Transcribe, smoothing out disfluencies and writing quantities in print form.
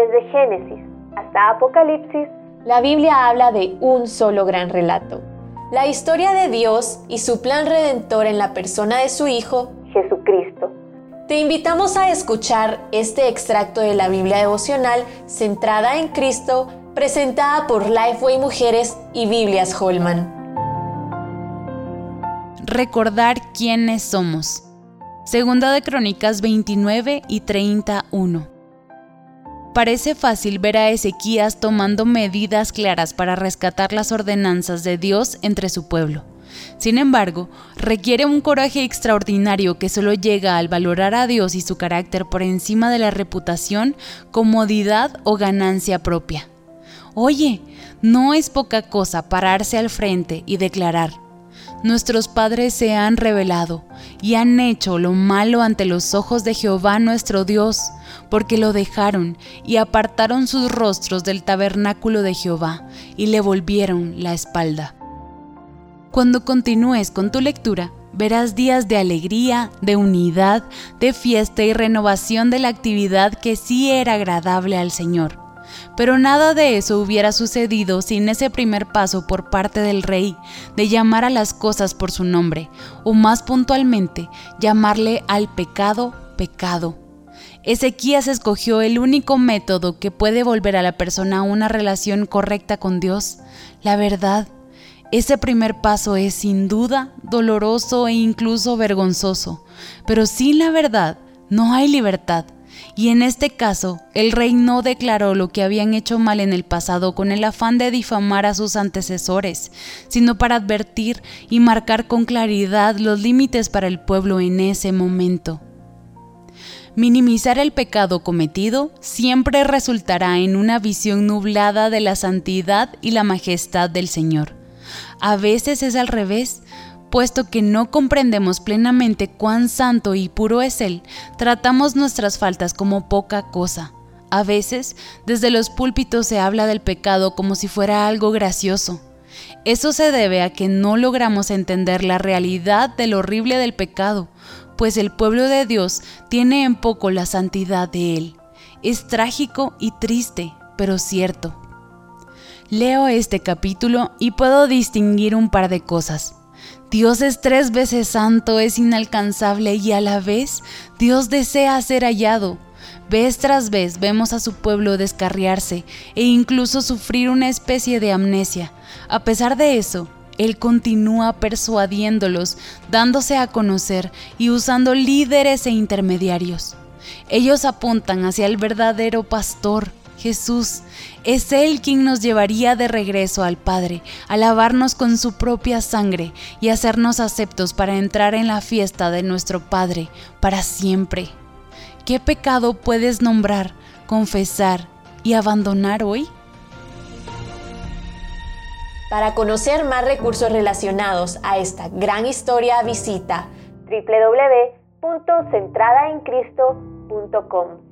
Desde Génesis hasta Apocalipsis, la Biblia habla de un solo gran relato: la historia de Dios y su plan redentor en la persona de su Hijo, Jesucristo. Te invitamos a escuchar este extracto de la Biblia devocional centrada en Cristo, presentada por Lifeway Mujeres y Biblias Holman. Recordar quiénes somos. Segunda de Crónicas 29 y 31. Parece fácil ver a Ezequías tomando medidas claras para rescatar las ordenanzas de Dios entre su pueblo. Sin embargo, requiere un coraje extraordinario que solo llega al valorar a Dios y su carácter por encima de la reputación, comodidad o ganancia propia. Oye, no es poca cosa pararse al frente y declarar: nuestros padres se han rebelado y han hecho lo malo ante los ojos de Jehová nuestro Dios, porque lo dejaron y apartaron sus rostros del tabernáculo de Jehová y le volvieron la espalda. Cuando continúes con tu lectura, verás días de alegría, de unidad, de fiesta y renovación de la actividad que sí era agradable al Señor. Pero nada de eso hubiera sucedido sin ese primer paso por parte del rey de llamar a las cosas por su nombre, o más puntualmente, llamarle al pecado, pecado. Ezequías escogió el único método que puede volver a la persona a una relación correcta con Dios: la verdad. Ese primer paso es sin duda doloroso e incluso vergonzoso, pero sin la verdad no hay libertad. Y en este caso, el rey no declaró lo que habían hecho mal en el pasado con el afán de difamar a sus antecesores, sino para advertir y marcar con claridad los límites para el pueblo en ese momento. Minimizar el pecado cometido siempre resultará en una visión nublada de la santidad y la majestad del Señor. A veces es al revés. Puesto que no comprendemos plenamente cuán santo y puro es Él, tratamos nuestras faltas como poca cosa. A veces, desde los púlpitos se habla del pecado como si fuera algo gracioso. Eso se debe a que no logramos entender la realidad de lo horrible del pecado, pues el pueblo de Dios tiene en poco la santidad de Él. Es trágico y triste, pero cierto. Leo este capítulo y puedo distinguir un par de cosas. Dios es 3 veces santo, es inalcanzable y a la vez Dios desea ser hallado. Vez tras vez vemos a su pueblo descarriarse e incluso sufrir una especie de amnesia. A pesar de eso, Él continúa persuadiéndolos, dándose a conocer y usando líderes e intermediarios. Ellos apuntan hacia el verdadero pastor, Jesús. Es Él quien nos llevaría de regreso al Padre, a lavarnos con su propia sangre y hacernos aceptos para entrar en la fiesta de nuestro Padre para siempre. ¿Qué pecado puedes nombrar, confesar y abandonar hoy? Para conocer más recursos relacionados a esta gran historia, visita www.centradaencristo.com.